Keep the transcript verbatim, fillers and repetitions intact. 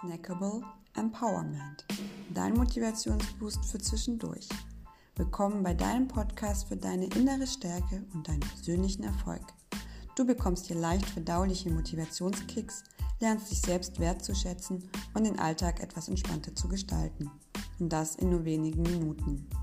Snackable Empowerment, dein Motivationsboost für zwischendurch. Willkommen bei deinem Podcast für deine innere Stärke und deinen persönlichen Erfolg. Du bekommst hier leicht verdauliche Motivationskicks, lernst dich selbst wertzuschätzen und den Alltag etwas entspannter zu gestalten. Und das in nur wenigen Minuten.